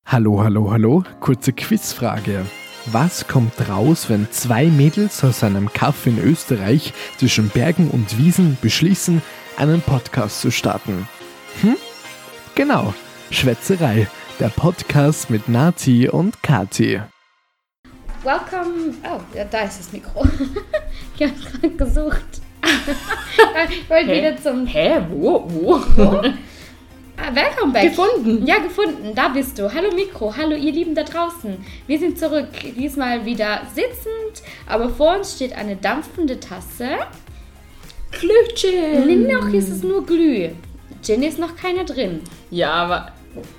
Hallo, hallo, hallo. Kurze Quizfrage. Was kommt raus, wenn zwei Mädels aus einem Kaff in Österreich zwischen Bergen und Wiesen beschließen, einen Podcast zu starten? Genau, Schwätzerei, der Podcast mit Nati und Kati. Welcome. Oh, ja, da ist das Mikro. Ich habe es gerade gesucht. Ich wollte wieder zum... Wo? Welcome back. Gefunden. Ja, gefunden. Da bist du. Hallo Mikro. Hallo ihr Lieben da draußen. Wir sind zurück. Diesmal wieder sitzend. Aber vor uns steht eine dampfende Tasse. Glühchen. Noch ist es nur Glüh. Gin ist noch keiner drin. Ja, aber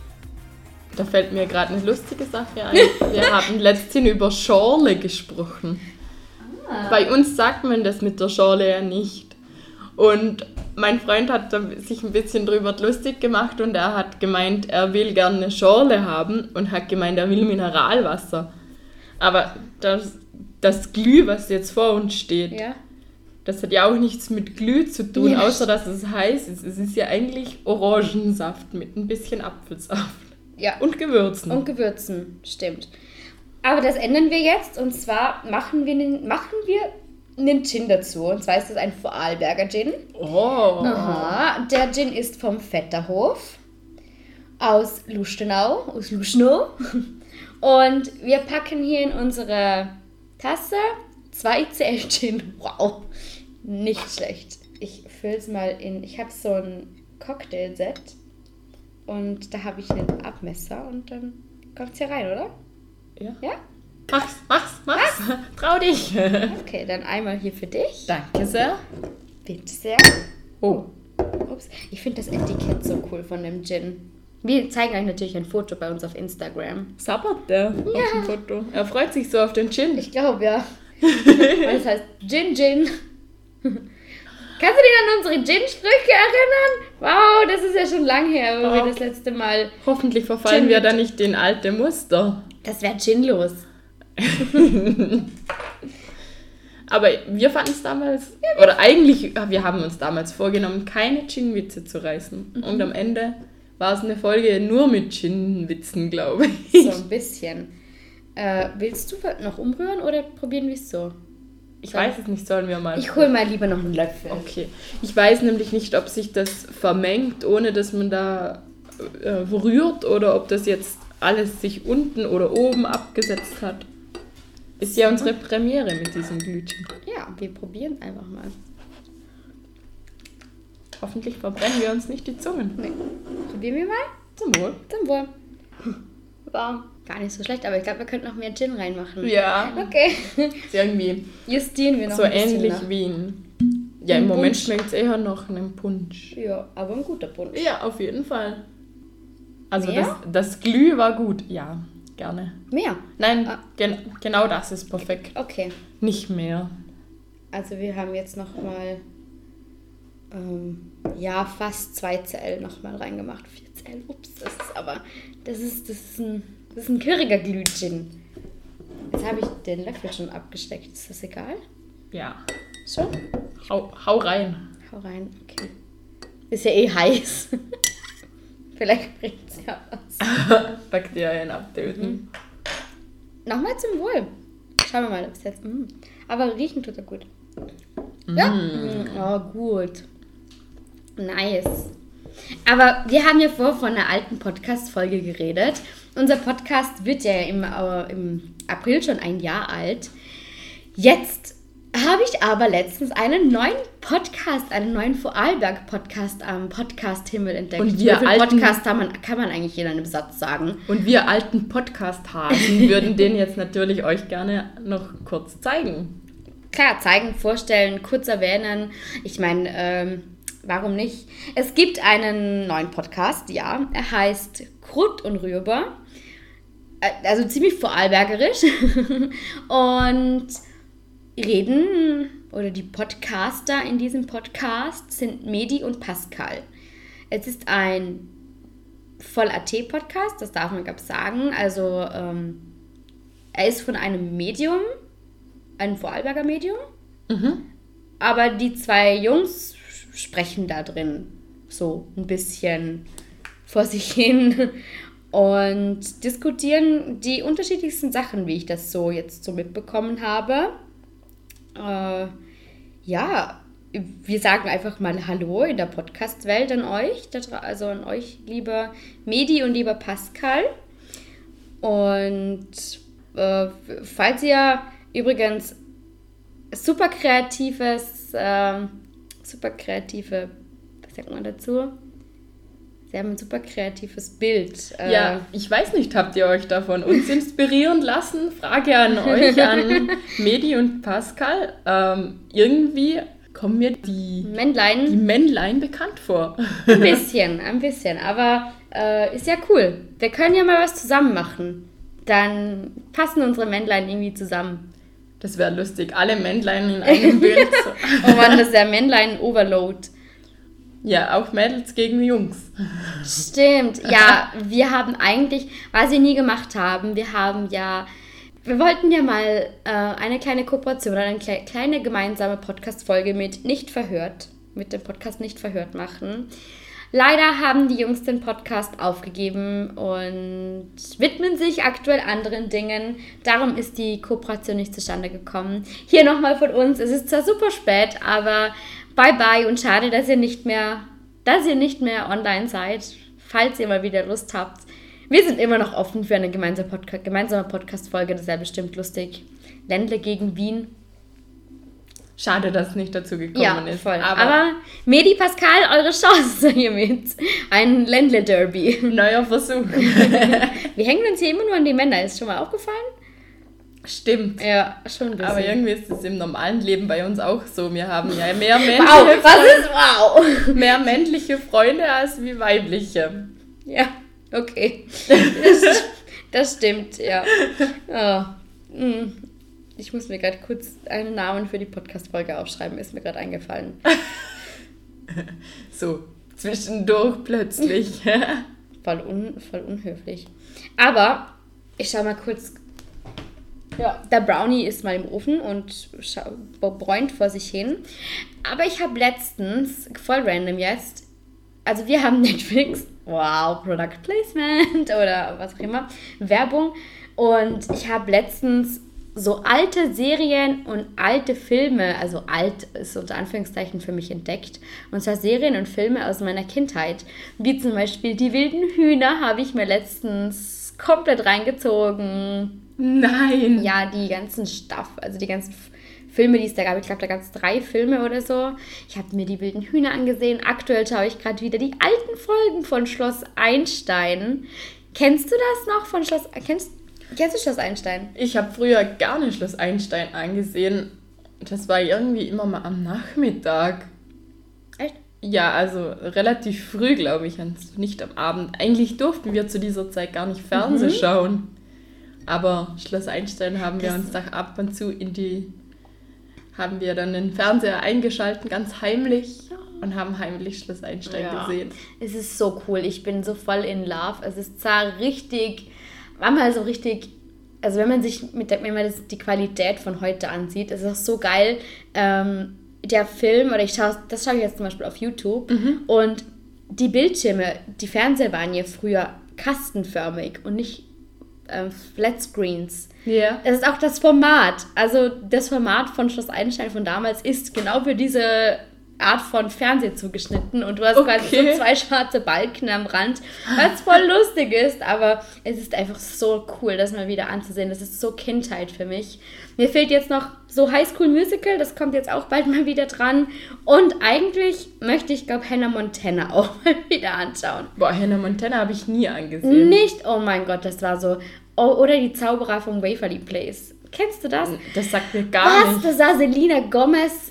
da fällt mir gerade eine lustige Sache ein. Wir haben letztens über Schorle gesprochen. Bei uns sagt man das mit der Schorle ja nicht. Und mein Freund hat sich ein bisschen drüber lustig gemacht und er hat gemeint, er will gerne eine Schorle haben und hat gemeint, er will Mineralwasser. Aber das Glüh, was jetzt vor uns steht, Ja. das hat ja auch nichts mit Glüh zu tun, Ja. außer dass es heiß ist. Es ist ja eigentlich Orangensaft mit ein bisschen Apfelsaft. Ja. Und Gewürzen. Und Gewürzen, stimmt. Aber das ändern wir jetzt und zwar machen wir einen Gin dazu. Und zwar ist das ein Vorarlberger Gin. Oh. Aha, der Gin ist vom Vetterhof aus Lustenau, aus Luschnow. Und wir packen hier in unsere Tasse 2 CL Gin. Wow, nicht schlecht. Ich fülle es mal in, ich habe so ein Cocktail-Set und da habe ich ein Abmesser und dann kommt es hier rein, oder? Ja. Ja? Mach's. Trau dich. Okay, dann einmal hier für dich. Danke sehr. Bitte sehr. Oh. Ups. Ich finde das Etikett so cool von dem Gin. Wir zeigen euch natürlich ein Foto bei uns auf Instagram. Sabbert der auf dem Foto. Er freut sich so auf den Gin. Ich glaube, ja. Weil es heißt Gin. Kannst du dich an unsere Gin-Sprüche erinnern? Wow, das ist ja schon lang her, wo wir das letzte Mal... Hoffentlich verfallen Gin wir mit- da nicht in alte Muster. Das wäre ginlos. Aber wir fanden es damals, oder eigentlich, wir haben uns damals vorgenommen, keine Gin-Witze zu reißen. Und am Ende war es eine Folge nur mit Gin-Witzen, glaube ich. So ein bisschen. Willst du noch umrühren oder probieren wir es so? Ich weiß es nicht, sollen wir mal. Ich hole mal lieber noch einen Löffel. Okay. Ich weiß nämlich nicht, ob sich das vermengt, ohne dass man da rührt, oder ob das jetzt alles sich unten oder oben abgesetzt hat. Ist ja unsere Premiere mit diesem Glühchen. Ja, wir probieren einfach mal. Hoffentlich verbrennen wir uns nicht die Zungen. Nee. Probieren wir mal? Zum Wohl. Zum Wohl. War gar nicht so schlecht, aber ich glaube, wir könnten noch mehr Gin reinmachen. Ja. Okay. Ist irgendwie Justieren wir noch so ein bisschen ähnlich nach. wie ein... Ja, im Ein Moment Punsch. schmeckt es eher noch einem Punsch. Ja, aber ein guter Punsch. Ja, auf jeden Fall. Also Mehr? das Glüh war gut. Ja, gerne. Mehr? Nein, Ah. genau das ist perfekt. Okay. Nicht mehr. Also wir haben jetzt nochmal fast 2 CL nochmal reingemacht. 4 CL, ups, das ist ein köriger Glühgin. Jetzt habe ich den Löffel schon abgesteckt. Ist das egal? Ja. Schon? Hau rein. Hau rein, okay. Ist ja eh heiß. Vielleicht bringt es ja was. Bakterien abtöten. Nochmal zum Wohl. Schauen wir mal, ob es jetzt... Aber riechen tut er gut. Ja? Oh, gut. Nice. Aber wir haben ja vorher von einer alten Podcast-Folge geredet. Unser Podcast wird ja im April schon ein Jahr alt. Jetzt habe ich aber letztens einen neuen Podcast, einen neuen Vorarlberg-Podcast am Podcast-Himmel entdeckt. Und Wie wir viele alten- Podcasts kann man eigentlich in einem Satz sagen? Und wir alten Podcast-Hasen würden den jetzt natürlich euch gerne noch kurz zeigen. Klar, zeigen, vorstellen, kurz erwähnen. Ich meine, warum nicht? Es gibt einen neuen Podcast, ja. Er heißt Krut und Rührbar. Also ziemlich vorarlbergerisch. Und die Podcaster in diesem Podcast sind Medi und Pascal. Es ist ein Voll-AT-Podcast, das darf man, glaube ich, sagen. Also, er ist von einem Medium, einem Vorarlberger Medium. Aber die 2 Jungs sprechen da drin so ein bisschen vor sich hin und diskutieren die unterschiedlichsten Sachen, wie ich das so jetzt so mitbekommen habe. Ja, wir sagen einfach mal Hallo in der Podcast-Welt an euch, also an euch, lieber Medi und lieber Pascal. Und falls ihr übrigens super kreative, was sagt man dazu? Sie haben ein super kreatives Bild. Ja, ich weiß nicht, habt ihr euch davon uns inspirieren lassen? Frage an euch, an Medi und Pascal. Irgendwie kommen mir die Männlein bekannt vor. Ein bisschen, aber ist ja cool. Wir können ja mal was zusammen machen. Dann passen unsere Männlein irgendwie zusammen. Das wäre lustig, alle Männlein in einem Bild. Oh Mann, das ist ja Männlein-Overload. Ja, auch Mädels gegen Jungs. Stimmt, ja, wir haben eigentlich, was wir nie gemacht haben, wir wollten ja mal eine kleine Kooperation, eine kleine gemeinsame Podcast-Folge mit dem Podcast Nicht Verhört machen. Leider haben die Jungs den Podcast aufgegeben und widmen sich aktuell anderen Dingen. Darum ist die Kooperation nicht zustande gekommen. Hier nochmal von uns, es ist zwar super spät, aber bye und schade, dass ihr nicht mehr online seid, falls ihr mal wieder Lust habt. Wir sind immer noch offen für eine gemeinsame Podcast-Folge, das wäre bestimmt lustig. Ländle gegen Wien. Schade, dass es nicht dazu gekommen ist. Voll. Aber Medi, Pascal, eure Chance hiermit. Ein Ländle-Derby. Neuer Versuch. Wir hängen uns hier immer nur an die Männer. Ist schon mal aufgefallen? Stimmt. Ja, schon ein bisschen. Aber irgendwie ist es im normalen Leben bei uns auch so. Wir haben ja mehr mehr männliche Freunde als wie weibliche. Ja, okay. Das stimmt, ja. Oh. Ich muss mir gerade kurz einen Namen für die Podcast-Folge aufschreiben, ist mir gerade eingefallen. So, zwischendurch plötzlich. Voll unhöflich. Aber ich schau mal kurz. Ja, der Brownie ist mal im Ofen und bräunt vor sich hin. Aber ich habe letztens, voll random jetzt, also wir haben Netflix, wow, Product Placement oder was auch immer, Werbung. Und ich habe letztens so alte Serien und alte Filme, also alt ist unter Anführungszeichen für mich entdeckt, und zwar Serien und Filme aus meiner Kindheit, wie zum Beispiel Die wilden Hühner habe ich mir letztens komplett reingezogen. Nein! Ja, die ganzen also die ganzen Filme, die es da gab, ich glaube, da gab es 3 Filme oder so. Ich habe mir Die wilden Hühner angesehen, aktuell schaue ich gerade wieder die alten Folgen von Schloss Einstein. Kennst du das noch von Schloss Kennst du Schloss Einstein? Ich habe früher gerne Schloss Einstein angesehen. Das war irgendwie immer mal am Nachmittag. Echt? Ja, also relativ früh, glaube ich, nicht am Abend. Eigentlich durften wir zu dieser Zeit gar nicht Fernsehen schauen. Aber Schloss Einstein haben wir uns da ab und zu haben wir dann den Fernseher eingeschaltet, ganz heimlich, und haben heimlich Schloss Einstein gesehen. Es ist so cool, ich bin so voll in love. Es ist zwar war mal so richtig, also wenn man die Qualität von heute ansieht, ist es so geil, der Film, oder das schaue ich jetzt zum Beispiel auf YouTube, und die Bildschirme, die Fernseher waren ja früher kastenförmig und nicht Flat Screens. Ja. Das ist auch das Format. Also das Format von Schloss Einstein von damals ist genau für diese Art von Fernsehen zugeschnitten, und du hast quasi so 2 schwarze Balken am Rand, was voll lustig ist, aber es ist einfach so cool, das mal wieder anzusehen. Das ist so Kindheit für mich. Mir fehlt jetzt noch so High School Musical, das kommt jetzt auch bald mal wieder dran, und eigentlich möchte ich, glaube Hannah Montana auch mal wieder anschauen. Boah, Hannah Montana habe ich nie angesehen. Nicht? Oh mein Gott, das war so. Oder die Zauberer vom Waverly Place. Kennst du das? Das sagt mir gar nicht. Das war Selena Gomez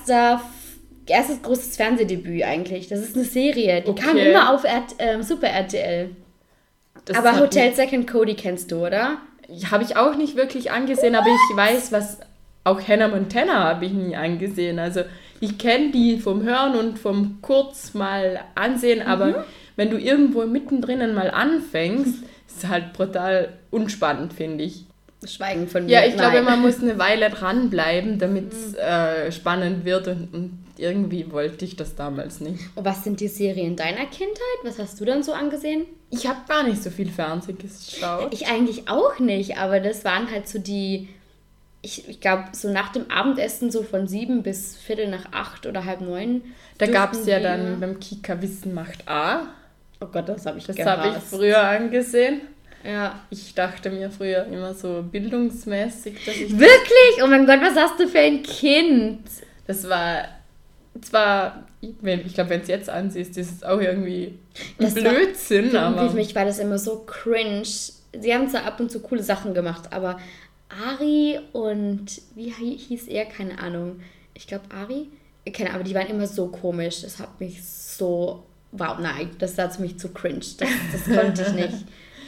erstes großes Fernsehdebüt eigentlich. Das ist eine Serie. Die kam immer auf Super RTL. Aber Hotel Second Cody kennst du, oder? Habe ich auch nicht wirklich angesehen, aber ich weiß, was auch Hannah Montana habe ich nie angesehen. Also ich kenne die vom Hören und vom kurz mal ansehen, aber wenn du irgendwo mittendrin mal anfängst, ist es halt brutal unspannend, finde ich. Schweigen von mir. Ja, ich glaube, man muss eine Weile dranbleiben, damit es spannend wird und irgendwie wollte ich das damals nicht. Und was sind die Serien deiner Kindheit? Was hast du dann so angesehen? Ich habe gar nicht so viel Fernsehen geschaut. Ich eigentlich auch nicht, aber das waren halt so die, ich glaube, so nach dem Abendessen so von 7 bis 7:45 oder 8:30. Da gab es ja dann beim Kika Wissen macht A. Oh Gott, das habe ich Das habe ich früher angesehen. Ja. Ich dachte mir früher immer so bildungsmäßig, dass ich... Wirklich? Oh mein Gott, was hast du für ein Kind? Das war... Zwar, ich glaube, wenn es jetzt ansiehst, ist es auch irgendwie ein Blödsinn, aber... Für mich war das immer so cringe. Sie haben zwar ab und zu coole Sachen gemacht, aber Ari und... Wie hieß er? Keine Ahnung. Ich glaube, Ari? Keine Ahnung, aber die waren immer so komisch. Das hat mich so... Wow, nein, das war für mich zu cringe. Das konnte ich nicht.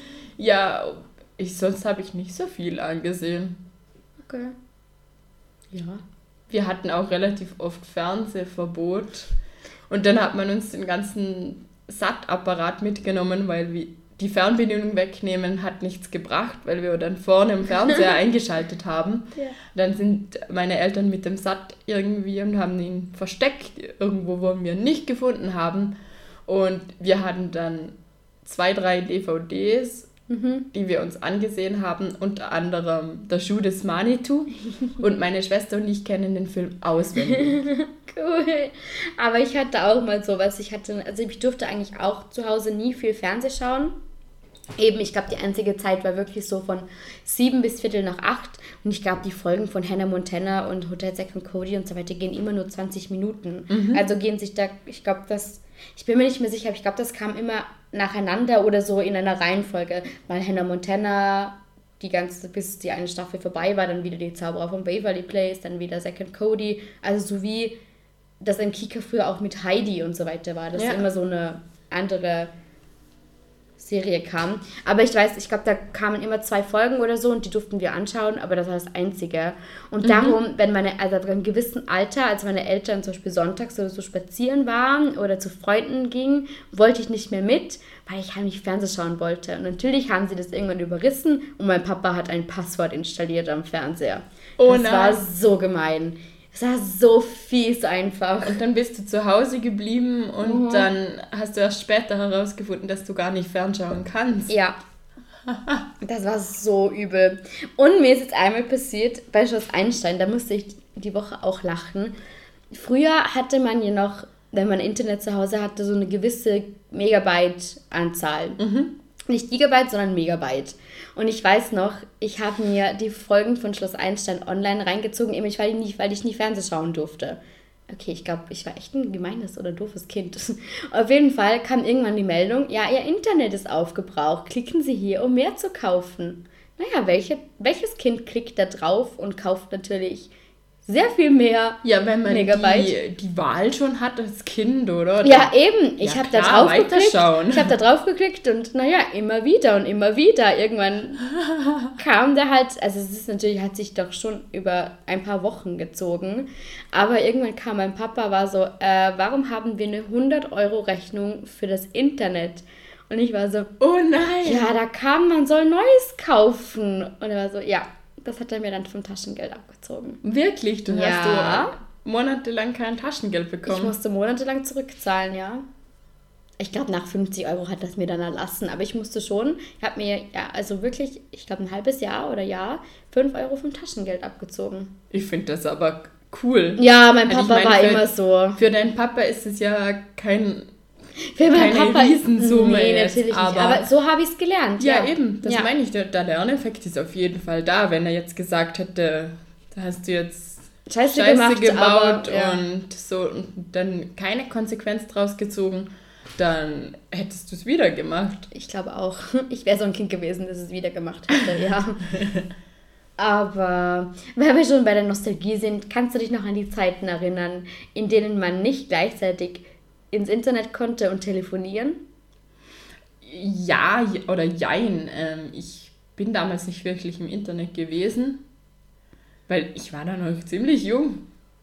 Ja, sonst habe ich nicht so viel angesehen. Okay. Ja. Wir hatten auch relativ oft Fernsehverbot. Und dann hat man uns den ganzen Sat-Apparat mitgenommen, weil die Fernbedienung wegnehmen hat nichts gebracht, weil wir dann vorne im Fernseher eingeschaltet haben. Ja. Dann sind meine Eltern mit dem Sat irgendwie und haben ihn versteckt, irgendwo, wo wir ihn nicht gefunden haben. Und wir hatten dann 2, 3 DVDs, die wir uns angesehen haben, unter anderem Der Schuh des Manitou. Und meine Schwester und ich kennen den Film auswendig. Cool. Aber ich hatte auch mal sowas. Ich durfte eigentlich auch zu Hause nie viel Fernseh schauen. Eben, ich glaube, die einzige Zeit war wirklich so von 7 bis 7:45. Und ich glaube, die Folgen von Hannah Montana und Hotel Zack und Cody und so weiter gehen immer nur 20 Minuten. Also gehen sich da, ich glaube, ich bin mir nicht mehr sicher, aber ich glaube, das kam immer nacheinander oder so in einer Reihenfolge. Mal Hannah Montana, bis die eine Staffel vorbei war, dann wieder die Zauberer von Waverly Place, dann wieder Zack und Cody. Also so wie das im Kika früher auch mit Heidi und so weiter war. Das ist immer so eine andere Serie kam. Aber ich glaube, da kamen immer 2 Folgen oder so und die durften wir anschauen, aber das war das Einzige. Und darum, wenn also ab einem gewissen Alter, als meine Eltern zum Beispiel sonntags oder so spazieren waren oder zu Freunden gingen, wollte ich nicht mehr mit, weil ich heimlich Fernsehen schauen wollte. Und natürlich haben sie das irgendwann überrissen und mein Papa hat ein Passwort installiert am Fernseher. Oh, das war so gemein. Es war so fies einfach. Und dann bist du zu Hause geblieben und dann hast du erst später herausgefunden, dass du gar nicht fernschauen kannst. Ja. Das war so übel. Und mir ist jetzt einmal passiert, bei Schloss Einstein, da musste ich die Woche auch lachen. Früher hatte man ja noch, wenn man Internet zu Hause hatte, so eine gewisse Megabyte-Anzahl. Nicht Gigabyte, sondern Megabyte. Und ich weiß noch, ich habe mir die Folgen von Schloss Einstein online reingezogen, eben weil ich nie Fernsehen schauen durfte. Okay, ich glaube, ich war echt ein gemeines oder doofes Kind. Auf jeden Fall kam irgendwann die Meldung, ja, Ihr Internet ist aufgebraucht. Klicken Sie hier, um mehr zu kaufen. Naja, welches Kind klickt da drauf und kauft natürlich sehr viel mehr Megabyte? Ja, wenn man die Wahl schon hat als Kind, oder? Ja, eben. Ich habe da drauf geklickt und naja, immer wieder und immer wieder. Irgendwann kam der halt, also es ist natürlich, hat sich doch schon über ein paar Wochen gezogen, aber irgendwann kam mein Papa, war so, warum haben wir eine 100-Euro-Rechnung für das Internet? Und ich war so, oh nein! Ja, da kam, man soll Neues kaufen. Und er war so, ja. Das hat er mir dann vom Taschengeld abgezogen. Wirklich? Du hast monatelang kein Taschengeld bekommen? Ich musste monatelang zurückzahlen, ja. Ich glaube, nach 50 Euro hat das mir dann erlassen. Aber ich musste schon, ich habe mir, also wirklich, ich glaube, ein halbes Jahr oder Jahr 5 Euro vom Taschengeld abgezogen. Ich finde das aber cool. Ja, mein Papa war immer so. Für deinen Papa ist es ja keine Papa Riesensumme. Nee, natürlich nicht. Aber so habe ich es gelernt. Ja, eben. Das meine ich. Der Lerneffekt ist auf jeden Fall da. Wenn er jetzt gesagt hätte, da hast du jetzt Scheiße gebaut und so und dann keine Konsequenz draus gezogen, dann hättest du es wieder gemacht. Ich glaube auch. Ich wäre so ein Kind gewesen, das es wieder gemacht hätte, ja. Aber wenn wir schon bei der Nostalgie sind, kannst du dich noch an die Zeiten erinnern, in denen man nicht gleichzeitig ins Internet konnte und telefonieren? Ja, oder jein. Ich bin damals nicht wirklich im Internet gewesen, weil ich war da noch ziemlich jung.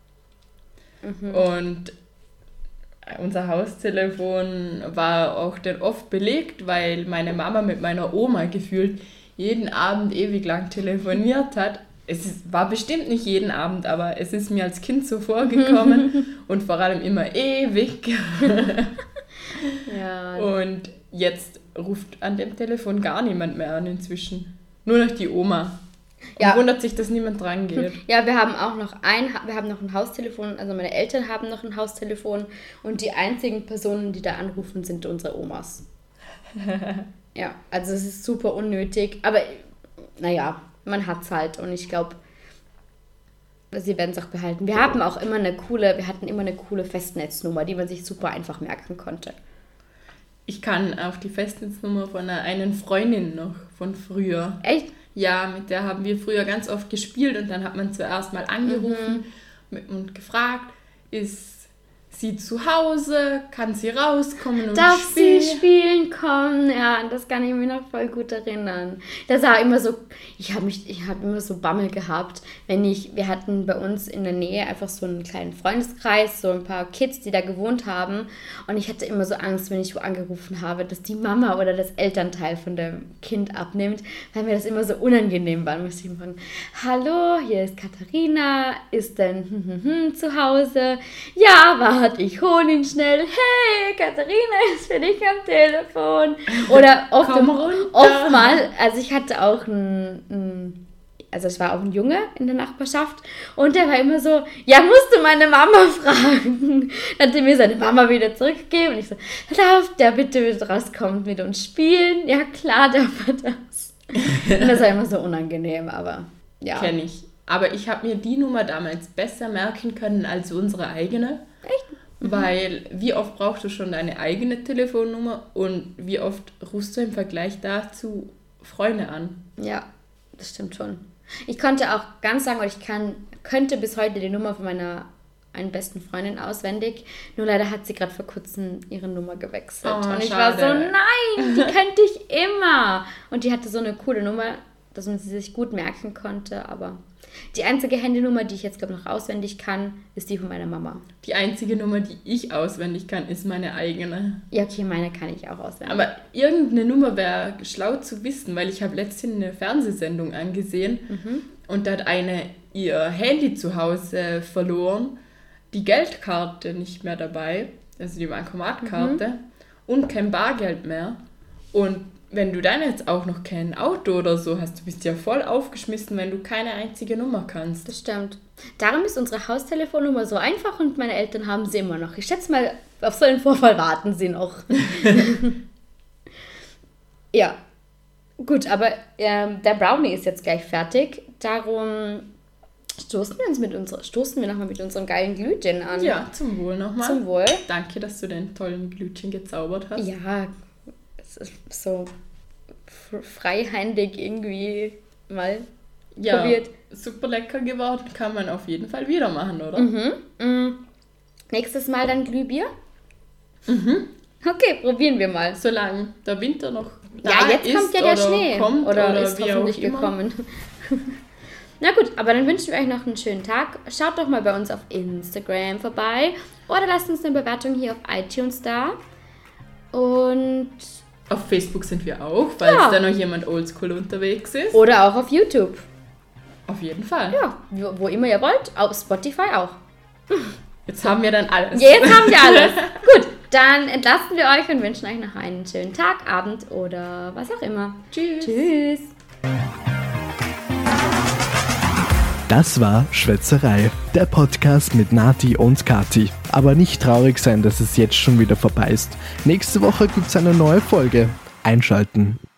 Und unser Haustelefon war auch dann oft belegt, weil meine Mama mit meiner Oma gefühlt jeden Abend ewig lang telefoniert hat. War bestimmt nicht jeden Abend, aber es ist mir als Kind so vorgekommen und vor allem immer ewig. Ja. Und jetzt ruft an dem Telefon gar niemand mehr an inzwischen. Nur noch die Oma. Und Ja. wundert sich, dass niemand dran geht. Ja, wir haben auch noch ein Haustelefon, also meine Eltern haben noch ein Haustelefon und die einzigen Personen, die da anrufen, sind unsere Omas. Ja, also es ist super unnötig, aber naja, man hat's halt und ich glaube, sie werden es auch behalten. Wir hatten immer eine coole Festnetznummer, die man sich super einfach merken konnte. Ich kann auch die Festnetznummer von einer Freundin noch von früher. Echt? Ja, mit der haben wir früher ganz oft gespielt und dann hat man zuerst mal angerufen und gefragt, ist sie zu Hause, kann sie rauskommen und Darf spielen? sie spielen kommen? Ja, das kann ich mir noch voll gut erinnern. Das war immer so, ich habe immer so Bammel gehabt, wir hatten bei uns in der Nähe einfach so einen kleinen Freundeskreis, so ein paar Kids, die da gewohnt haben und ich hatte immer so Angst, wenn ich wo angerufen habe, dass die Mama oder das Elternteil von dem Kind abnimmt, weil mir das immer so unangenehm war. Dann musste ich fragen, hallo, hier ist Katharina, ist denn zu Hause? Ja, warte, ich hole ihn schnell. Hey, Katharina ist für dich am Telefon. Oder oftmals, also ich hatte auch also es war auch ein Junge in der Nachbarschaft und der war immer so, ja, musst du meine Mama fragen. Dann hat er mir seine Mama wieder zurückgegeben und ich so, darf der bitte wieder rauskommen mit uns spielen? Ja klar, darf er das. Und das war immer so unangenehm, aber ja. Kenn ich. Aber ich habe mir die Nummer damals besser merken können als unsere eigene. Echt? Weil wie oft brauchst du schon deine eigene Telefonnummer und wie oft rufst du im Vergleich dazu Freunde an? Ja, das stimmt schon. Ich konnte auch ganz sagen, könnte bis heute die Nummer von meiner einen besten Freundin auswendig, nur leider hat sie gerade vor kurzem ihre Nummer gewechselt. Oh, und ich schade. war so, nein, die könnte ich immer. Und die hatte so eine coole Nummer, dass man sie sich gut merken konnte, aber die einzige Handynummer, die ich jetzt, glaube ich, noch auswendig kann, ist die von meiner Mama. Die einzige Nummer, die ich auswendig kann, ist meine eigene. Ja, okay, meine kann ich auch auswendig. Aber irgendeine Nummer wäre schlau zu wissen, weil ich habe letztens eine Fernsehsendung angesehen und da hat eine ihr Handy zu Hause verloren, die Geldkarte nicht mehr dabei, also die Bankomatkarte und kein Bargeld mehr. Und wenn du dann jetzt auch noch kein Auto oder so hast, du bist ja voll aufgeschmissen, wenn du keine einzige Nummer kannst. Das stimmt. Darum ist unsere Haustelefonnummer so einfach und meine Eltern haben sie immer noch. Ich schätze mal, auf so einen Vorfall warten sie noch. Ja. Gut, aber der Brownie ist jetzt gleich fertig. Darum stoßen wir nochmal mit unserem geilen Glühwein an. Ja, zum Wohl nochmal. Zum Wohl. Danke, dass du den tollen Glühwein gezaubert hast. Ja, es ist so freihändig irgendwie mal probiert. Super lecker geworden. Kann man auf jeden Fall wieder machen, oder? Nächstes Mal dann Glühbier? Okay, probieren wir mal. Solange der Winter noch da Ja, jetzt ist kommt ja der oder Schnee. kommt Oder ist wie auch hoffentlich immer. gekommen. Na gut, aber dann wünschen wir euch noch einen schönen Tag. Schaut doch mal bei uns auf Instagram vorbei oder lasst uns eine Bewertung hier auf iTunes da. Und Auf Facebook sind wir auch, falls Ja. da noch jemand oldschool unterwegs ist. oder auch auf YouTube. Auf jeden Fall. Ja, wo immer ihr wollt. Auf Spotify auch. Jetzt haben wir dann alles. Jetzt haben wir alles. Gut, dann entlassen wir euch und wünschen euch noch einen schönen Tag, Abend oder was auch immer. Tschüss. Tschüss. Das war Schwätzerei, der Podcast mit Nati und Kati. Aber nicht traurig sein, dass es jetzt schon wieder vorbei ist. Nächste Woche gibt's eine neue Folge. Einschalten.